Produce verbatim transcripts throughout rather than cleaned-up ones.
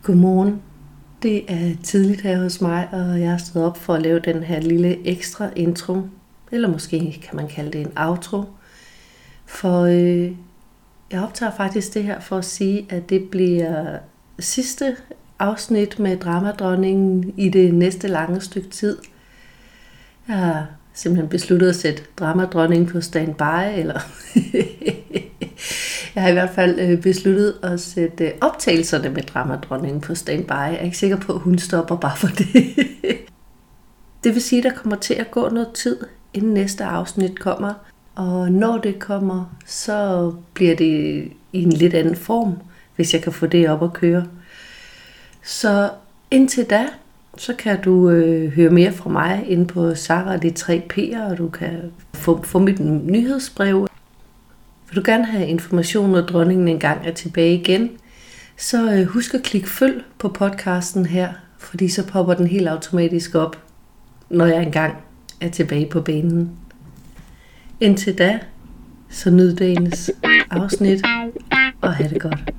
Godmorgen. Det er tidligt her hos mig, og jeg har stået op for at lave den her lille ekstra intro. Eller måske kan man kalde det en outro. For øh, jeg optager faktisk det her for at sige, at det bliver sidste afsnit med Dramadronningen i det næste lange stykke tid. Jeg har simpelthen besluttet at sætte Dramadronningen på standby, eller jeg har i hvert fald besluttet at sætte optagelserne med Dramadronningen på standby. Jeg er ikke sikker på, at hun stopper bare for det. Det vil sige, at der kommer til at gå noget tid, inden næste afsnit kommer. Og når det kommer, så bliver det i en lidt anden form, hvis jeg kan få det op at køre. Så indtil da, så kan du øh, høre mere fra mig inde på Sara og de tre P'er, og du kan få, få mit nyhedsbrev. Vil du gerne have information, når dronningen engang er tilbage igen, så øh, husk at klikke følg på podcasten her, fordi så popper den helt automatisk op, når jeg engang er tilbage på banen. Indtil da, så nyd dagens afsnit, og have det godt.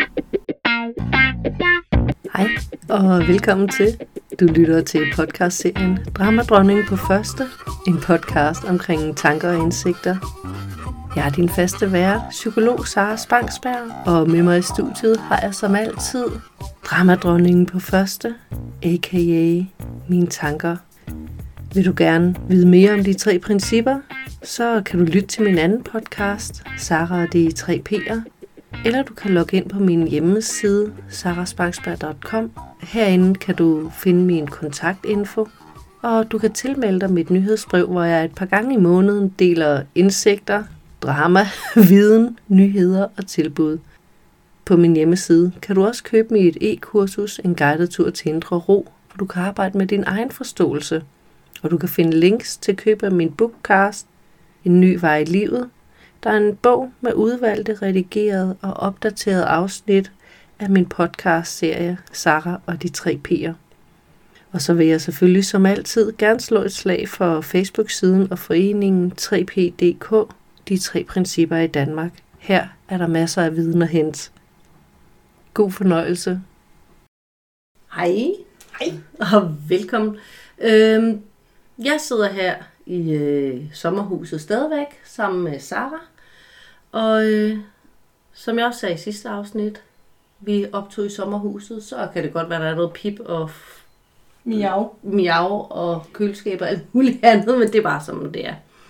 Hej, og velkommen til. Du lytter til podcastserien Dramadronningen på første, en podcast omkring tanker og indsigter. Jeg er din faste vært, psykolog Sara Spangsberg, og med mig i studiet har jeg som altid Dramadronningen på første, a k a mine tanker. Vil du gerne vide mere om de tre principper, så kan du lytte til min anden podcast, Sara og de tre P'er, eller du kan logge ind på min hjemmeside, sara spangsberg punktum com. Herinde kan du finde min kontaktinfo, og du kan tilmelde dig mit nyhedsbrev, hvor jeg et par gange i måneden deler indsigter, drama, viden, nyheder og tilbud. På min hjemmeside kan du også købe mit e-kursus, en guided tur til indre ro, hvor du kan arbejde med din egen forståelse. Og du kan finde links til køb af min bookcast, En ny vej i livet. Der er en bog med udvalgte, redigerede og opdaterede afsnit af min podcastserie Sara og de tre P'er. Og så vil jeg selvfølgelig som altid gerne slå et slag for Facebook-siden og foreningen tre P punktum d k, de tre principper i Danmark. Her er der masser af viden at hente. God fornøjelse. Hej. Hej. Og velkommen. Øhm, jeg sidder her i øh, sommerhuset stadigvæk sammen med Sara. Og øh, som jeg også sagde i sidste afsnit, vi optog i sommerhuset, så kan det godt være, der er noget pip og miau, miau og køleskab og alt muligt andet, men det er bare som det er.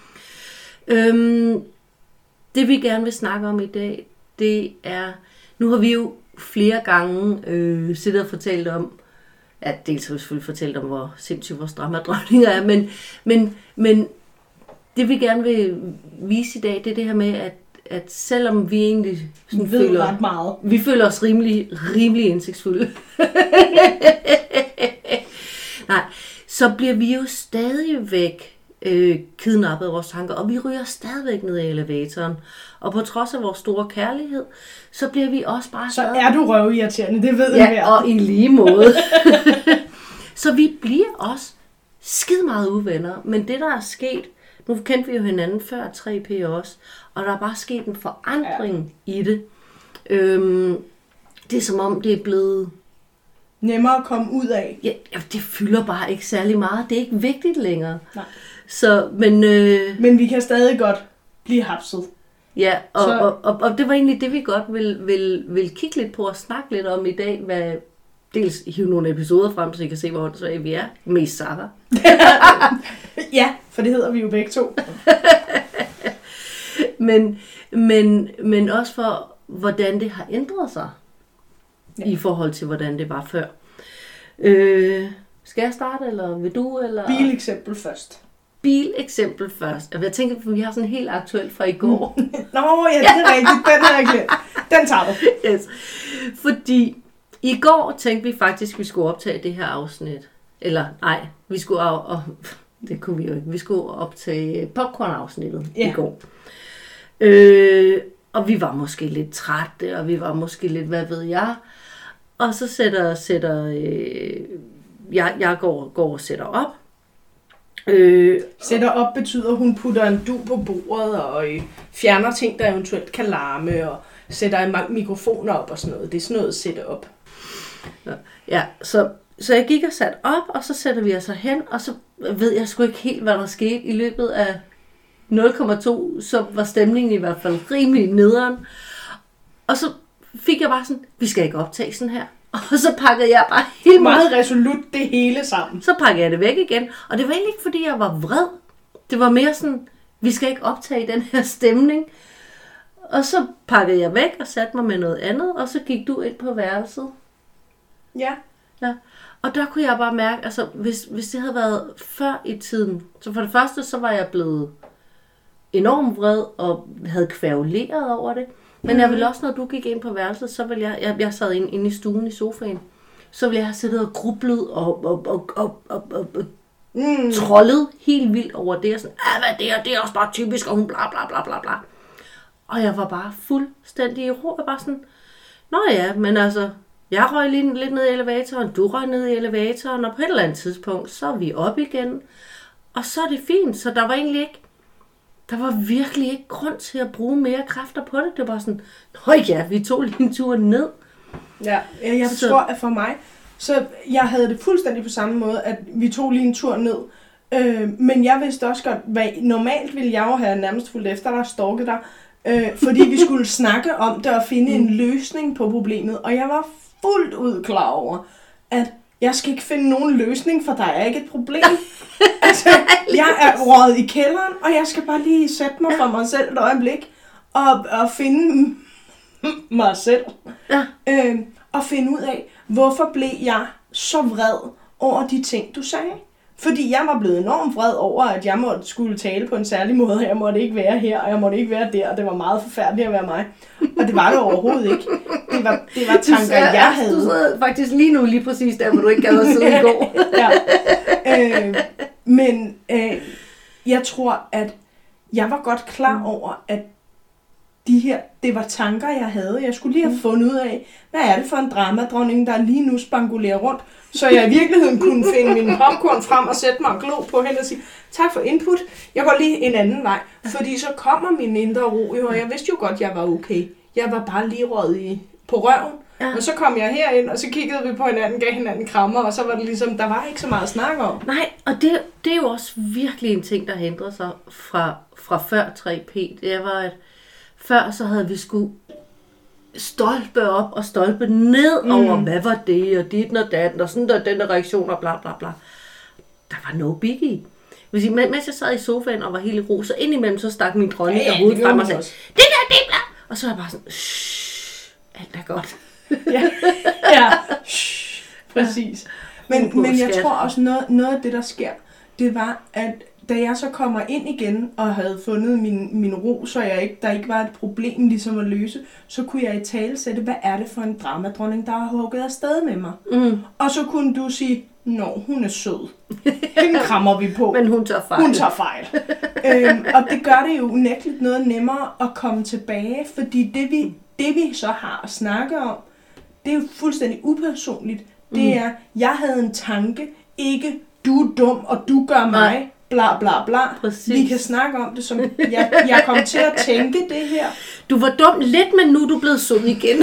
Øhm, det vi gerne vil snakke om i dag, det er, nu har vi jo flere gange øh, siddet og fortalt om, at dels har vi selvfølgelig fortalt om, hvor sindssygt vores dramadronninger er, men, men, men det vi gerne vil vise i dag, det er det her med, at, at selvom vi egentlig sådan ved føler, ret meget, vi føler os rimelig, rimelig indsigtsfulde, nej, så bliver vi jo stadigvæk øh, kidnappet af vores tanker, og vi ryger stadigvæk ned i elevatoren. Og på trods af vores store kærlighed, så bliver vi også bare... Så er du røvirriterende, det ved ja, jeg. Ja, og i lige måde. Så vi bliver også skide meget uvenner. Men det, der er sket... Nu kendte vi jo hinanden før tre P også, og der er bare sket en forandring ja. i det. Øhm, det er som om, det er blevet... nemmere at komme ud af. Ja, det fylder bare ikke særlig meget. Det er ikke vigtigt længere. Nej. Så, men... Øh... Men vi kan stadig godt blive hapset. Ja, og, og, og, og det var egentlig det, vi godt vil, vil, vil kigge lidt på og snakke lidt om i dag. Hvad, dels hive nogle episoder frem, så I kan se, hvor så vi er. Mest Sara. Ja, for det hedder vi jo begge to. men, men, men også for, hvordan det har ændret sig. Ja. I forhold til, hvordan det var før. Øh, skal jeg starte, eller vil du? Eller? Bileksempel først. Bileksempel først. Jeg tænker, at vi har sådan helt aktuelt fra i går. Nå, ja, det er rigtigt. Den har jeg glemt. Den tager du. Yes. Fordi i går tænkte vi faktisk, at vi skulle optage det her afsnit. Eller nej, vi skulle af, og, det kunne vi jo ikke. Vi skulle optage popcorn-afsnittet ja. i går. Øh, og vi var måske lidt trætte, og vi var måske lidt, hvad ved jeg. Og så sætter, sætter øh, jeg, jeg går, går og sætter op. Øh, Sætter op betyder, at hun putter en du på bordet og øh, fjerner ting, der eventuelt kan larme, og sætter en mange mikrofoner op og sådan noget. Det er sådan noget at sætte op. Ja, så, så jeg gik og satte op, og så sætter vi os hen, og så ved jeg sgu ikke helt, hvad der skete i løbet af nul komma to, så var stemningen i hvert fald rimelig nederen. Og så fik jeg bare sådan, vi skal ikke optage sådan her. Og så pakkede jeg bare helt meget resolut det hele sammen. Så pakkede jeg det væk igen. Og det var egentlig ikke, fordi jeg var vred. Det var mere sådan, vi skal ikke optage den her stemning. Og så pakkede jeg væk og satte mig med noget andet, og så gik du ind på værelset. Ja. Ja. Og der kunne jeg bare mærke, altså hvis, hvis det havde været før i tiden, så for det første, så var jeg blevet enormt vred og havde kværuleret over det. Men mm. jeg ville også, når du gik ind på værelset, så ville jeg, jeg, jeg sad inde, inde i stuen i sofaen, så ville jeg have siddet og grublet og, og, og, og, og, og, og mm. trollet helt vildt over det, og sådan, ah, hvad det er, det er også bare typisk, og hun bla bla bla bla bla. Og jeg var bare fuldstændig i ro, og bare sådan, nå ja, men altså, jeg røg lige lidt ned i elevatoren, du røg ned i elevatoren, og på et eller andet tidspunkt, så er vi op igen, og så er det fint, så der var egentlig ikke, der var virkelig ikke grund til at bruge mere kræfter på det. Det var sådan, nå ja, vi tog lige en tur ned. Ja, jeg så. tror, at for mig, så jeg havde det fuldstændig på samme måde, at vi tog lige en tur ned. Øh, men jeg vidste også godt, hvad normalt ville jeg jo have nærmest fulgt efter dig og stalket dig, øh, fordi vi skulle snakke om det og finde en løsning på problemet. Og jeg var fuldt ud klar over, at jeg skal ikke finde nogen løsning, for der er ikke et problem. Altså, jeg er røget i kælderen, og jeg skal bare lige sætte mig for mig selv et øjeblik, og, og finde mig selv. Ja. Øh, og finde ud af, hvorfor blev jeg så vred over de ting, du sagde. Fordi jeg var blevet enormt vred over, at jeg måtte skulle tale på en særlig måde, og jeg måtte ikke være her, og jeg måtte ikke være der, og det var meget forfærdeligt at være mig. Og det var det overhovedet ikke. Det var, det var tanker, sad, jeg havde. Du sidder faktisk lige nu lige præcis der, hvor du ikke gad at sidde i går. Ja. Øh, men øh, jeg tror, at jeg var godt klar over, at de her, det var tanker, jeg havde. Jeg skulle lige have fundet ud af, hvad er det for en dramadronning, der lige nu spangulerer rundt, så jeg i virkeligheden kunne finde min popcorn frem og sætte mig og glo på hende og sige, tak for input, jeg går lige en anden vej. Fordi så kommer min indre ro, og jeg vidste jo godt, jeg var okay. Jeg var bare lige røget i, på røven. Ja. Og så kom jeg herind, og så kiggede vi på hinanden, gav hinanden krammer, og så var det ligesom, der var ikke så meget at snakke om. Nej, og det, det er jo også virkelig en ting, der ændrede sig fra, fra før tre P. Det var, at før så havde vi sgu stolpe op og stolpe ned mm. over, hvad var det, og dit og datten, og sådan der, den der reaktion, og bla bla bla. Der var no biggie. Vil sige, mens jeg sad i sofaen og var helt i ro, så indimellem så stak min dronning ja, ja, hovedet frem og sagde, det der, det bla. Og så var jeg bare sådan, shh, alt er godt. ja, ja. Shh, præcis. Men, men jeg tror også, noget, noget af det, der sker, det var, at da jeg så kommer ind igen og havde fundet min, min ro, så jeg ikke, der ikke var et problem ligesom at løse, så kunne jeg i tale sætte, hvad er det for en dramadronning, der har hugget afsted med mig. Mm. Og så kunne du sige, nå, hun er sød. Den krammer vi på. Men hun tager fejl. Hun tager fejl. øhm, og det gør det jo unægteligt noget nemmere at komme tilbage, fordi det vi, det vi så har at snakke om, det er jo fuldstændig upersonligt. Det mm. er, jeg havde en tanke, ikke du er dum, og du gør mig. Nej. Bla bla bla. Præcis. Vi kan snakke om det, som jeg, jeg kom til at tænke det her. Du var dum lidt, men nu er du blevet sød igen.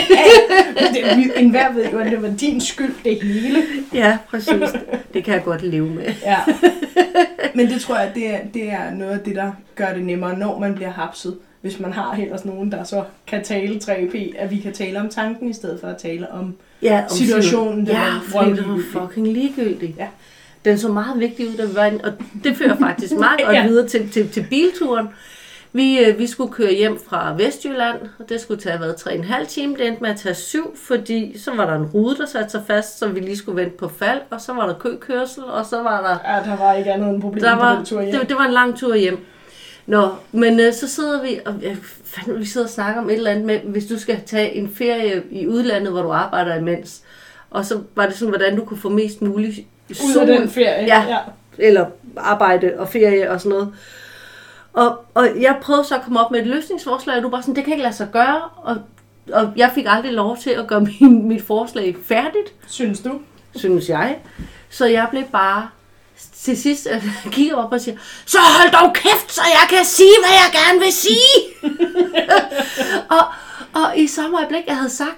ja, det, enhver ved jo, at det var din skyld, det hele. Ja, præcis. Det kan jeg godt leve med. ja. Men det tror jeg, det er, det er noget af det, der gør det nemmere, når man bliver hapset. Hvis man har ellers nogen, der så kan tale tre P, at vi kan tale om tanken, i stedet for at tale om, ja, om situationen. Ja, fordi det var fucking ligegyldigt. Ja. Den så meget vigtig ud, der var, og det fører faktisk meget godt ja. videre til, til, til bilturen. Vi, vi skulle køre hjem fra Vestjylland, og det skulle tage været tre og en halv time. Det endte med at tage syv, fordi så var der en rute, der satte sig fast, så vi lige skulle vente på fald, og så var der køkørsel, og så var der... Ja, der var ikke andet end problem på den tur hjem. Det, det var en lang tur hjem. Nå, men øh, så sidder vi, og jeg fandt, vi sidder og snakker om et eller andet med, hvis du skal tage en ferie i udlandet, hvor du arbejder imens. Og så var det sådan, hvordan du kunne få mest muligt ud af den ferie. Ja, ja, eller arbejde og ferie og sådan noget. Og, og jeg prøvede så at komme op med et løsningsforslag, og du var sådan, det kan ikke lade sig gøre. Og, og jeg fik aldrig lov til at gøre min, mit forslag færdigt. Synes du? Synes jeg. Så jeg blev bare... Til sidst jeg kigger op og siger, så hold dog kæft, så jeg kan sige, hvad jeg gerne vil sige. og, og i samme øjeblik, jeg havde sagt det,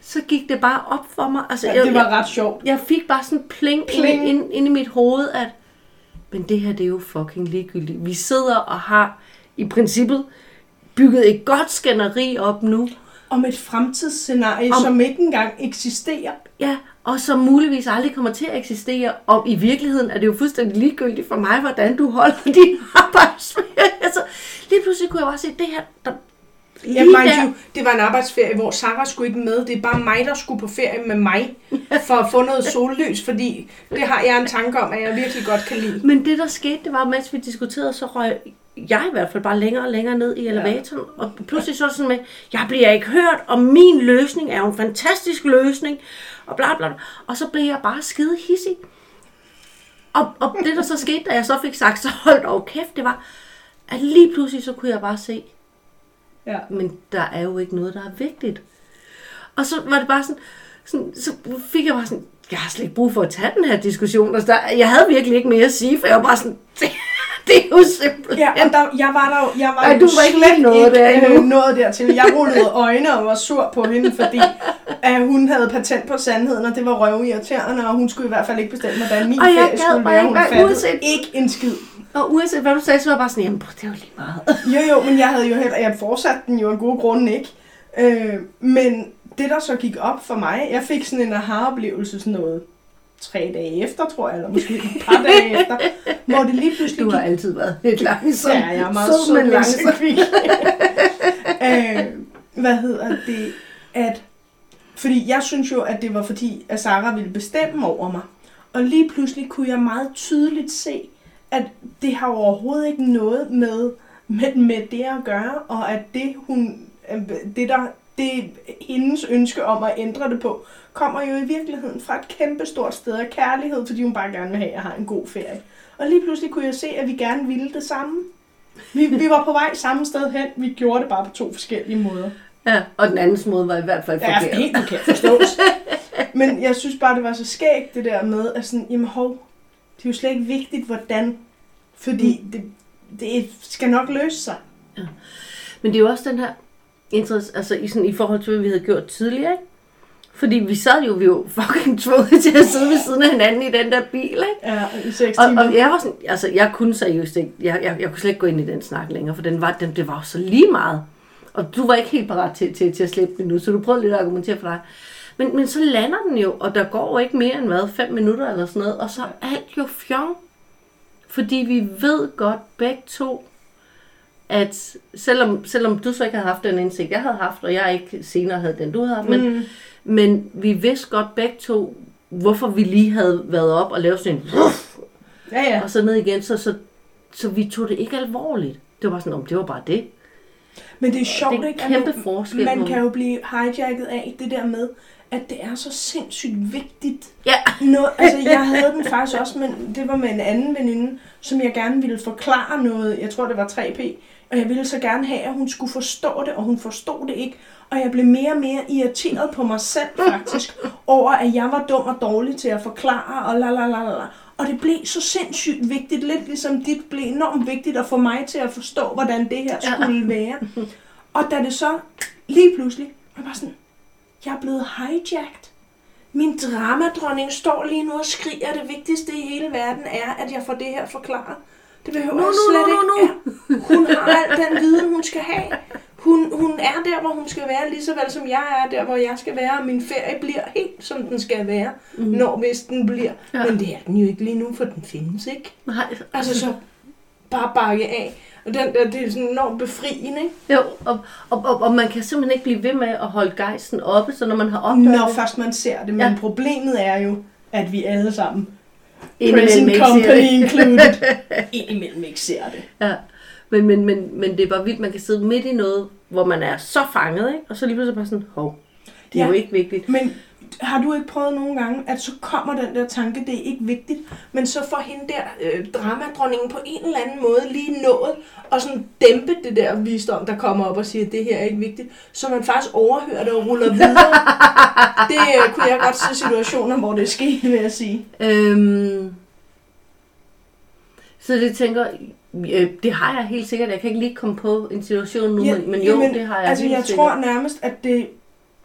så gik det bare op for mig. Altså, ja, jeg, det var jeg, ret sjovt. Jeg fik bare sådan pling, pling. Ind, ind, ind i mit hoved, at men det her, det er jo fucking ligegyldigt. Vi sidder og har i princippet bygget et godt skænderi op nu. Om et fremtidsscenarie, Om, som ikke engang eksisterer. Ja, og som muligvis aldrig kommer til at eksistere. Og i virkeligheden er det jo fuldstændig ligegyldigt for mig, hvordan du holder din arbejdsferie. Altså, lige pludselig kunne jeg bare se, det her... Der, ja, mind you, det var en arbejdsferie, hvor Sarah skulle ikke med. Det er bare mig, der skulle på ferie med mig, for at få noget sollys, fordi det har jeg en tanke om, at jeg virkelig godt kan lide. Men det, der skete, det var, mens vi diskuterede, så røg jeg i hvert fald bare længere og længere ned i elevatoren. Ja. Og pludselig så sådan med, jeg bliver ikke hørt, og min løsning er jo en fantastisk løsning, og bla bla. Og så blev jeg bare skide hissig. Og, og det, der så skete, da jeg så fik sagt, så hold dog kæft, det var, at lige pludselig så kunne jeg bare se, ja. Men der er jo ikke noget, der er vigtigt. Og så var det bare sådan, sådan så fik jeg bare sådan, jeg har slet ikke brug for at tage den her diskussion. Altså, der, jeg havde virkelig ikke mere at sige, for jeg var bare sådan, det, det er jo simpelthen. Ja, og der, jeg var der jo, jeg var Ej, jo du var ikke slet noget ikke der øh, noget dertil. Jeg rullede øjne og var sur på hende, fordi at hun havde patent på sandheden, og det var røvirriterende, og hun skulle i hvert fald ikke bestemme, hvordan min ferie skulle være. Hun fattede ikke en skid. Og uanset hvad du sagde, så var jeg bare sådan, jamen det er jo lige meget. Jo jo, men jeg havde jo heller, jeg fortsatte den jo af gode grunde ikke. Øh, men det der så gik op for mig, jeg fik sådan en aha-oplevelse sådan noget tre dage efter, tror jeg, eller måske et par dage efter, hvor det lige pludselig Du har gik... altid været helt langsom. Ja, jeg er meget sød, men langsom. øh, hvad hedder det? At, fordi jeg synes jo, at det var fordi, at Sarah ville bestemme over mig. Og lige pludselig kunne jeg meget tydeligt se, at det har overhovedet ikke noget med, med, med det at gøre, og at det, hun, det, der, det hendes ønske om at ændre det på, kommer jo i virkeligheden fra et kæmpestort sted af kærlighed, fordi hun bare gerne vil have, at jeg har en god ferie. Og lige pludselig kunne jeg se, at vi gerne ville det samme. Vi, vi var på vej samme sted hen, vi gjorde det bare på to forskellige måder. Ja, og den andens måde var i hvert fald forkert. Ja, helt forkert forstås. Men jeg synes bare, det var så skægt det der med, at sådan, jamen hov, det er jo slet ikke vigtigt, hvordan, fordi mm. det, det skal nok løse sig. Ja. Men det er jo også den her interesse, altså i, sådan, i forhold til, hvad vi havde gjort tidligere, ikke? Fordi vi sad jo, vi jo fucking tvunget til at sidde ved siden af hinanden i den der bil, ikke? Ja, i seks timer. Og, og jeg var sådan, altså jeg kunne seriøst ikke, jeg, jeg, jeg kunne slet ikke gå ind i den snak længere, for den var, den, det var jo så lige meget. Og du var ikke helt parat til, til, til at slippe den nu, så du prøvede lidt at argumentere for dig. Men, men så lander den jo, og der går jo ikke mere end hvad, fem minutter eller sådan noget, og så er alt jo fjong. Fordi vi ved godt begge to, at selvom, selvom du så ikke havde haft den indsigt, jeg havde haft, og jeg ikke senere havde den, du havde haft, men, mm. men vi vidste godt begge to, hvorfor vi lige havde været op og lavet sådan en ja, ja. og så ned igen, så, så, så vi tog det ikke alvorligt. Det var sådan, om det var bare det. Men det er sjovt, det er ikke? Kæmpe man, forskel. Man kan jo blive hijacket af det der med, at det er så sindssygt vigtigt. Ja. Noget, altså, jeg havde den faktisk også, men det var med en anden veninde, som jeg gerne ville forklare noget. Jeg tror, det var tre P. Og jeg ville så gerne have, at hun skulle forstå det, og hun forstod det ikke. Og jeg blev mere og mere irriteret på mig selv, faktisk, over at jeg var dum og dårlig til at forklare, og la la la la. Og det blev så sindssygt vigtigt, lidt ligesom dit blev enormt vigtigt at få mig til at forstå, hvordan det her skulle være. Og da det så lige pludselig, jeg var sådan, jeg er blevet hijacked. Min dramadronning står lige nu og skriger, at det vigtigste i hele verden er, at jeg får det her forklaret. Det behøver no, jeg no, slet no, no, no. ikke. Ja. Hun har al den viden, hun skal have. Hun, hun er der, hvor hun skal være, lige så vel som jeg er der, hvor jeg skal være. Og min ferie bliver helt, som den skal være, mm. når hvis den bliver. Ja. Men det er den jo ikke lige nu, for den findes ikke. Nej. Altså så bare bakke af. Og den der, det er sådan enormt befriende, ikke? Jo, og, og, og, og man kan simpelthen ikke blive ved med at holde gejsten oppe, så når man har opdaget Når det. først man ser det, men ja. Problemet er jo, at vi alle sammen, present company included, indimellem ikke ser det. Ja, men, men, men, men det er bare vildt, man kan sidde midt i noget, hvor man er så fanget, ikke? Og så lige pludselig bare sådan, hov, det er ja. jo ikke vigtigt. Men har du ikke prøvet nogle gange, at så kommer den der tanke, det er ikke vigtigt, men så får hende der øh, dramadronningen på en eller anden måde lige nået, og sådan dæmpe det der visdom, der kommer op og siger, at det her er ikke vigtigt, så man faktisk overhører det og ruller videre. Det øh, kunne jeg godt se situationer, hvor det er sket, vil jeg sige. Øhm, så det tænker, øh, det har jeg helt sikkert, jeg kan ikke lige komme på en situation nu, ja, men jo, jamen, det har jeg altså helt jeg sikkert. tror nærmest, at det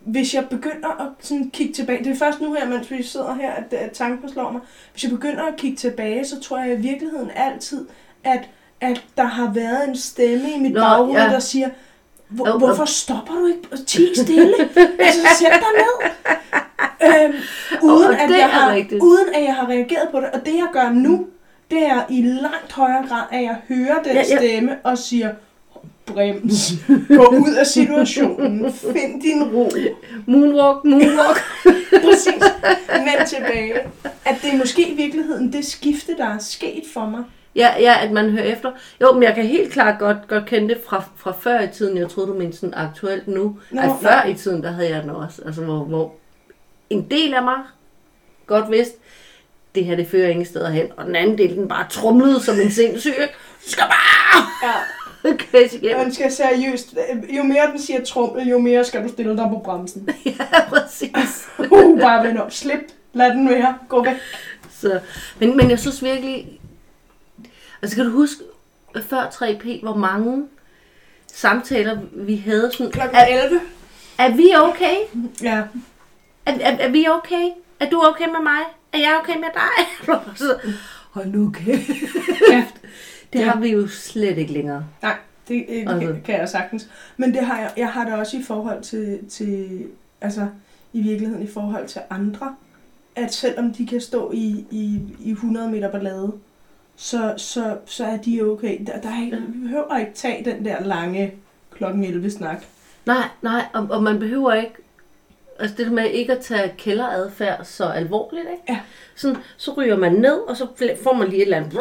hvis jeg begynder at sådan kigge tilbage, det er først nu her, mens vi sidder her, at, at tanken slår mig, hvis jeg begynder at kigge tilbage, så tror jeg i virkeligheden altid, at, at der har været en stemme i mit baghoved, ja. der siger, Hvor, oh, hvorfor stopper du ikke? Ti stille. Altså, sæt dig ned. Øhm, uden, oh, at jeg har, uden at jeg har reageret på det. Og det jeg gør nu, det er i langt højere grad, at jeg hører den ja, ja. stemme og siger, brems, gå ud af situationen, find din ro. Moonwalk, moonwalk. Præcis. Vend tilbage. At det er måske i virkeligheden det skifte, der er sket for mig. Ja, ja, at man hører efter. Jo, men jeg kan helt klart godt, godt kende det fra, fra før i tiden. Jeg troede, du mente sådan aktuelt nu. Nå, at før ja. i tiden, der havde jeg den også. Altså, hvor, hvor en del af mig godt vidste, det her, det fører ingen steder hen. Og den anden del, den bare trumlede som en sindssyg. Skal bare! Ja. Okay, man skal seriøst. Jo mere den siger trumle, jo mere skal du stille dig på bremsen. Ja, præcis. uh, bare vend op. Slip. Lad den være. Gå væk. Så, men, men jeg synes virkelig... Altså kan du huske, før tre P, hvor mange samtaler vi havde sådan... klokken elleve. Er, er vi okay? Ja. Er, er, er vi okay? Er du okay med mig? Er jeg okay med dig? Så, hold nu kæft. Ja. Det ja. har vi jo slet ikke længere. Nej, det, det altså. kan jeg sagtens. Men det har jeg, jeg har det også i forhold til, til... Altså, i virkeligheden i forhold til andre. At selvom de kan stå i, i, i hundrede meter ballade, Så, så, så er de okay. Der, der er ikke, vi behøver ikke tage den der lange klokken elleve snak. Nej, nej, og, og man behøver ikke, altså det med ikke at tage kælderadfærd så alvorligt, ikke? Ja. Sådan, så ryger man ned, og så får man lige et eller andet.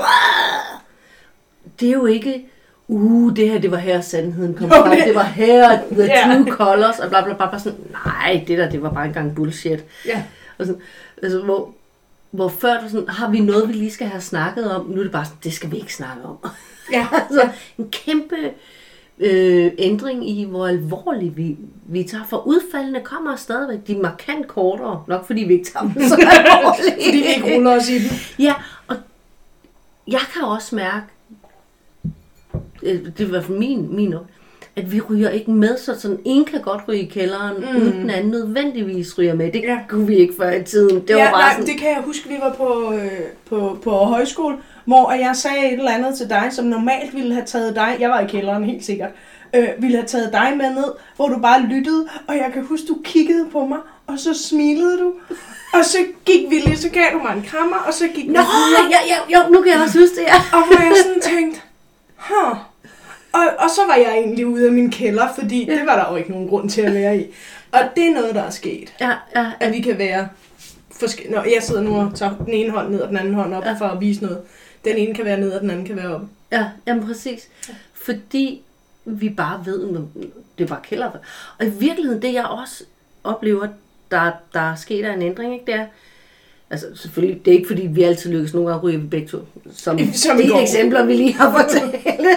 Det er jo ikke, uh, det her, det var her sandheden kom frem, det var her, the yeah. true colors, og bla bla bla, bla sådan, nej, det der, det var bare engang bullshit. Ja. Og sådan, altså, hvor, hvor før du sådan, har vi noget, vi lige skal have snakket om, nu er det bare sådan, det skal vi ikke snakke om. Ja. Altså, en kæmpe øh, ændring i, hvor alvorligt vi, vi tager, for udfaldene kommer stadigvæk, de er markant kortere, nok fordi vi ikke tager dem så alvorligt. Fordi vi ikke ruller os i dem. Ja, og jeg kan også mærke, det er i hvert fald min, min op, at vi ryger ikke med, så sådan en kan godt ryge i kælderen, mm. uden den anden nødvendigvis ryger med. Det ja. kunne vi ikke før i tiden. Det ja, var bare nej, sådan... det kan jeg huske, vi var på, øh, på, på højskole, hvor jeg sagde et eller andet til dig, som normalt ville have taget dig, jeg var i kælderen helt sikkert, øh, ville have taget dig med ned, hvor du bare lyttede, og jeg kan huske, du kiggede på mig, og så smilede du, og så gik vi lige, så gav du mig en krammer, og så gik vi Nå, ja, ja, jo, nu kan jeg også huske det, ja. Og hvor jeg sådan tænkte, huh. Og, og så var jeg egentlig ude af min kælder, fordi ja. det var der jo ikke nogen grund til at være i. Og det er noget, der er sket. Ja, ja. At vi kan være forskellige. Når jeg sidder nu og tager den ene hånd ned og den anden hånd op ja. for at vise noget. Den ene kan være ned, og den anden kan være oppe. Ja, jamen præcis. Ja. Fordi vi bare ved, at det er bare kælder. Og i virkeligheden, det jeg også oplever, der, der er sket af en ændring, ikke, det er, altså selvfølgelig, det er ikke fordi, vi altid lykkes, nogle gange ryger vi begge to, som, som de eksempler, vi lige har fortalt.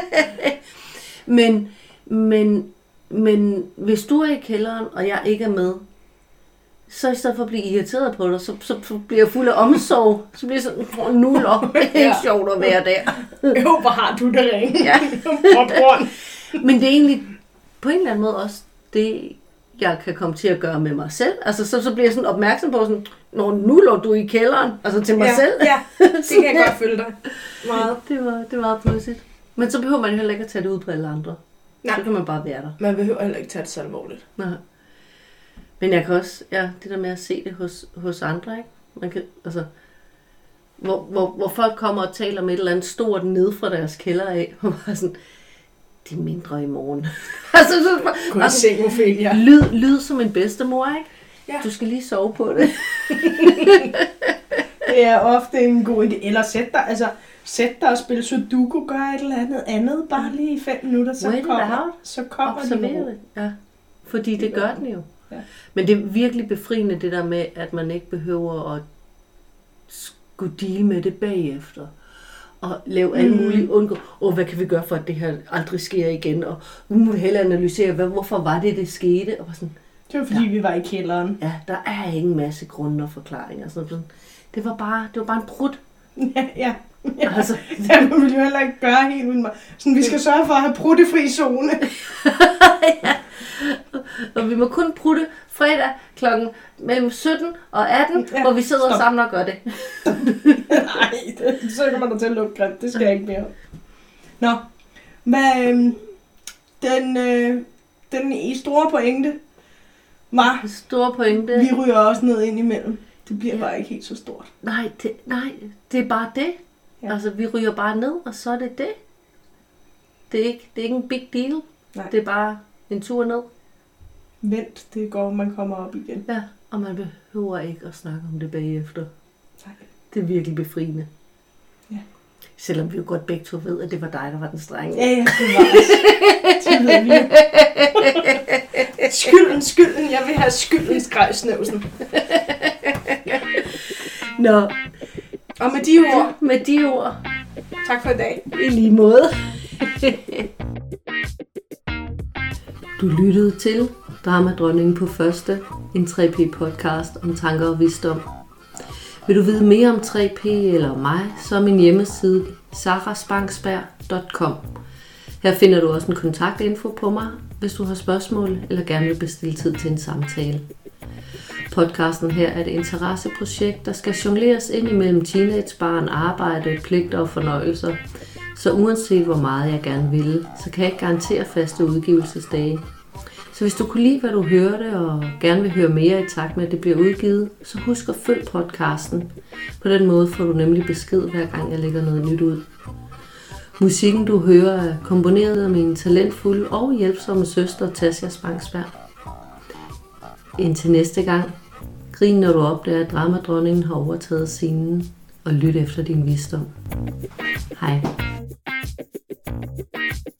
men, men, men hvis du er i kælderen, og jeg ikke er med, så i stedet for at blive irriteret på dig, så, så, så bliver jeg fuld af omsorg. Så bliver jeg sådan, oh, nuller. Det er ikke sjovt at være der. Jo, hvor har du det ringe. Ja. Men det er egentlig på en eller anden måde også det, jeg kan komme til at gøre med mig selv. Altså, så, så bliver jeg sådan opmærksom på sådan, når nu lå du i kælderen, altså til mig ja, selv. Ja, det kan jeg godt følge dig. Meget. Det var, det var pudsigt. Men så behøver man jo heller ikke at tage det ud på alle andre. Nej. Så kan man bare være der. Man behøver heller ikke tage det så alvorligt. Nej. Men jeg kan også, ja, det der med at se det hos, hos andre, ikke? Man kan, altså, hvor, hvor, hvor folk kommer og taler om et eller andet stort ned fra deres kælder af, og bare sådan, det er mindre i morgen. altså, så, Kun altså, se, hvor fedt jeg lyd, lyd som en bedstemor, ikke? Ja. Du skal lige sove på det. Det er ofte en god idé. Eller sæt dig, altså, sæt dig og spille sudoku, gør et eller andet andet, bare lige i fem minutter, så Wait kommer, så kommer det. Ja, fordi det, det gør den jo. Ja. Men det er virkelig befriende det der med, at man ikke behøver at skulle deal med det bagefter. Og lave alle mulige undgå. Åh, hvad kan vi gøre for, at det her aldrig sker igen? Og nu må vi hellere analysere, hvad, hvorfor var det, det skete? Og sådan, det var fordi, der, vi var i kælderen. Ja, der er ingen masse grunde og forklaringer. Sådan, det var bare, det var bare en prut. Ja, ja. Ja, altså, ja, man vil jo heller ikke gøre helt vildt meget. Sådan, vi skal sørge for at have pruttefri zone. Ja. Og vi må kun prutte fredag klokken mellem sytten og atten, ja, hvor vi sidder stop. sammen og gør det. Nej, det, så kommer der til at lukke grimt. Det skal jeg ikke mere. Nå, hvad, øh, den, øh, den i store pointe var, store pointe. Vi ryger også ned ind imellem. Det bliver ja. bare ikke helt så stort. Nej, det, nej, det er bare det. Ja. Altså, vi ryger bare ned, og så er det det. Det er ikke, det er ikke en big deal. Nej. Det er bare en tur ned. Vent, det går, man kommer op igen. Ja, og man behøver ikke at snakke om det bagefter. Nej. Det er virkelig befriende. Ja. Selvom vi jo godt begge to ved, at det var dig, der var den strenge. Ja, ja, det var også. Det ved vi. Skylden, skylden. Jeg vil have skylden, skreg Snævsen. Nå. Og med de ord. Med de ord. Tak for i dag. I lige måde. Du lyttede til Dramadronningen på første, en tre P podcast om tanker og visdom. Vil du vide mere om tre P eller om mig, så er min hjemmeside sarah spangsberg punktum com. Her finder du også en kontaktinfo på mig, hvis du har spørgsmål eller gerne vil bestille tid til en samtale. Podcasten her er et interesseprojekt, der skal jongleres ind imellem teenagebarn, arbejde, pligter og fornøjelser. Så uanset hvor meget jeg gerne vil, så kan jeg ikke garantere faste udgivelsesdage. Så hvis du kunne lide, hvad du hørte, og gerne vil høre mere i takt med, at det bliver udgivet, så husk at følg podcasten. På den måde får du nemlig besked, hver gang jeg lægger noget nyt ud. Musikken, du hører, er komponeret af min talentfulde og hjælpsomme søster, Tasja Spangsberg. Indtil næste gang, grin når du opdager, at Dramadronningen har overtaget scenen, og lyt efter din visdom. Hej.